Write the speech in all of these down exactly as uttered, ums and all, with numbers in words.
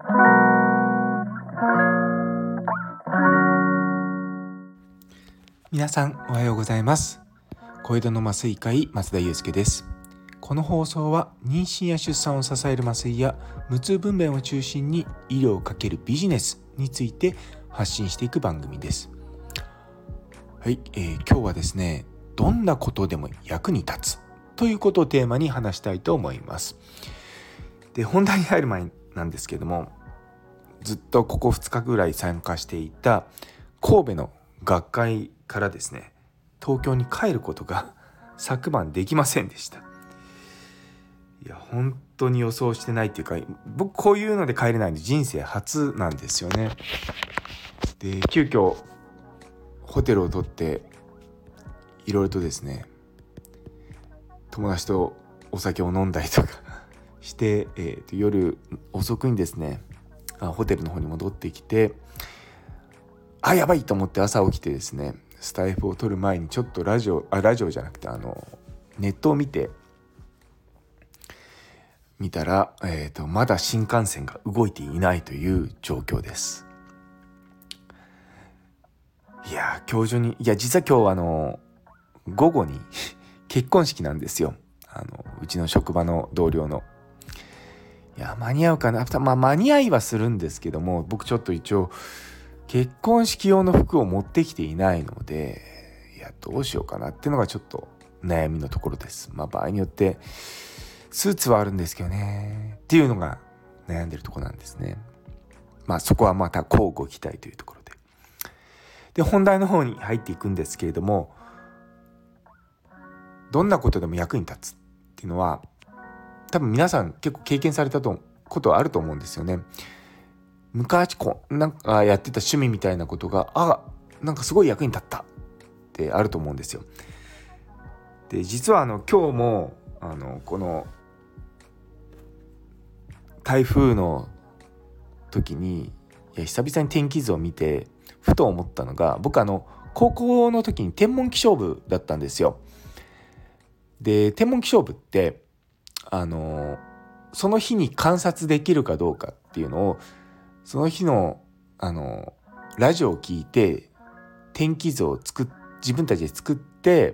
皆さんおはようございます。小江戸の麻酔科医松田祐介です。この放送は妊娠や出産を支える麻酔や無痛分娩を中心に医療をかけるビジネスについて発信していく番組です。はい、えー、今日はですね、どんなことでも役に立つということをテーマに話したいと思います。で、本題に入る前なんですけども、ずっとここふつかぐらい参加していた神戸の学会からですね、東京に帰ることが昨晩できませんでした。いや、本当に予想してないっていうか、僕こういうので帰れないの人生初なんですよね。で、急遽ホテルを取っていろいろとですね、友達とお酒を飲んだりとかして、えー、と夜遅くにですね、あホテルの方に戻ってきて、あやばいと思って朝起きてですね、スタイフを撮る前にちょっとラジオあラジオじゃなくてあのネットを見て見たら、えー、とまだ新幹線が動いていないという状況です。いや今日中にいや実は今日あの午後に結婚式なんですよ。あのうちの職場の同僚の。いや間に合うかな、まあ間に合いはするんですけども、僕ちょっと一応結婚式用の服を持ってきていないので、いやどうしようかなっていうのがちょっと悩みのところです。まあ場合によってスーツはあるんですけどねっていうのが悩んでるところなんですね。まあそこはまた交互期待というところで。で、本題の方に入っていくんですけれども、どんなことでも役に立つっていうのは多分皆さん結構経験されたことはあると思うんですよね。昔こうなんかやってた趣味みたいなことがあなんかすごい役に立ったってあると思うんですよ。で、実はあの今日もあのこの台風の時にいや久々に天気図を見てふと思ったのが、僕あの高校の時に天文気象部だったんですよ。で、天文気象部ってあのその日に観察できるかどうかっていうのをその日のあのラジオを聞いて天気図を作っ自分たちで作って、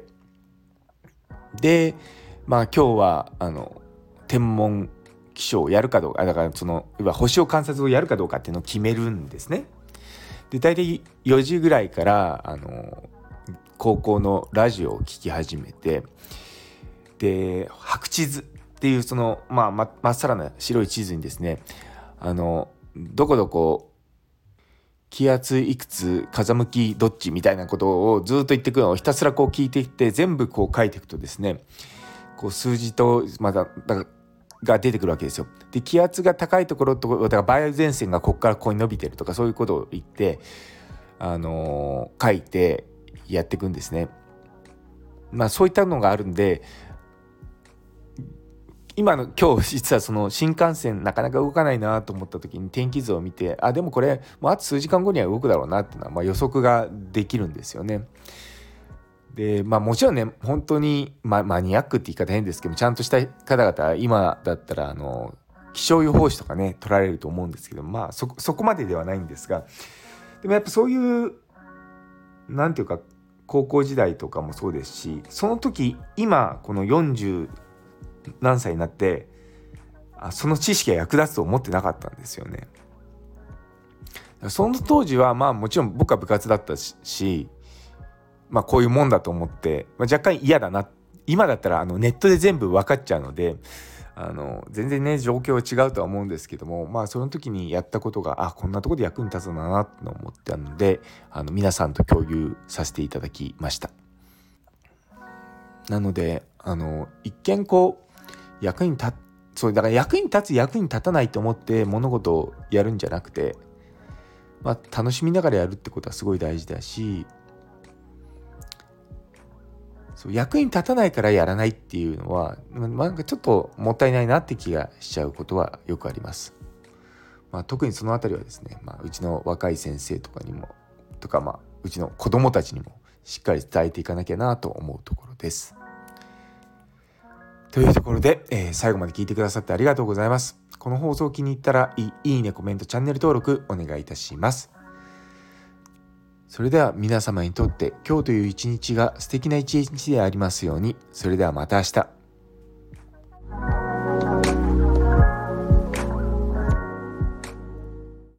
でまあ今日はあの天文気象をやるかどうか、だからその星を観察をやるかどうかっていうのを決めるんですね。で、大体よじぐらいからあの高校のラジオを聞き始めて、で白地図っていうそのまあままっさらな白い地図にですね、あのどこどこ気圧いくつ風向きどっちみたいなことをずっと言っていくのをひたすらこう聞いていって、全部こう書いていくとですね、こう数字とまだだが出てくるわけですよ。で、気圧が高いところとだから梅雨前線がここからここに伸びてるとかそういうことを言ってあのー、書いてやっていくんですね。まあそういったのがあるんで、今の今日実はその新幹線なかなか動かないなと思った時に天気図を見て、あでもこれもうあと数時間後には動くだろうなっていうのはまあ予測ができるんですよね。でまあもちろんね本当に、ま、マニアックって言い方変ですけど、ちゃんとした方々今だったらあの気象予報士とかね取られると思うんですけど、まあ そ, そこまでではないんですが、でもやっぱそういうなんていうか高校時代とかもそうですし、その時今このよんじゅう何歳になってその知識が役立つと思ってなかったんですよね。その当時はまあもちろん僕は部活だったし、まあこういうもんだと思って、まあ、若干嫌だな。今だったらあのネットで全部分かっちゃうのであの全然ね状況は違うとは思うんですけども、まあその時にやったことがあこんなところで役に立つんだなと思ったので、あの皆さんと共有させていただきました。なのであの一見こう役に立つそうだから役に立つ役に立たないと思って物事をやるんじゃなくて、まあ、楽しみながらやるってことはすごい大事だし、そう役に立たないからやらないっていうのは、まあ、なんかちょっともったいないなって気がしちゃうことはよくあります。まあ、特にそのあたりはですね、まあ、うちの若い先生とかにもとか、まあ、うちの子供たちにもしっかり伝えていかなきゃなと思うところです。 というところで、えー、最後まで聞いてくださってありがとうございます。この放送気に入ったらいい、いいね、コメント、チャンネル登録お願いいたします。それでは皆様にとって今日という一日が素敵な一日でありますように。それではまた明日。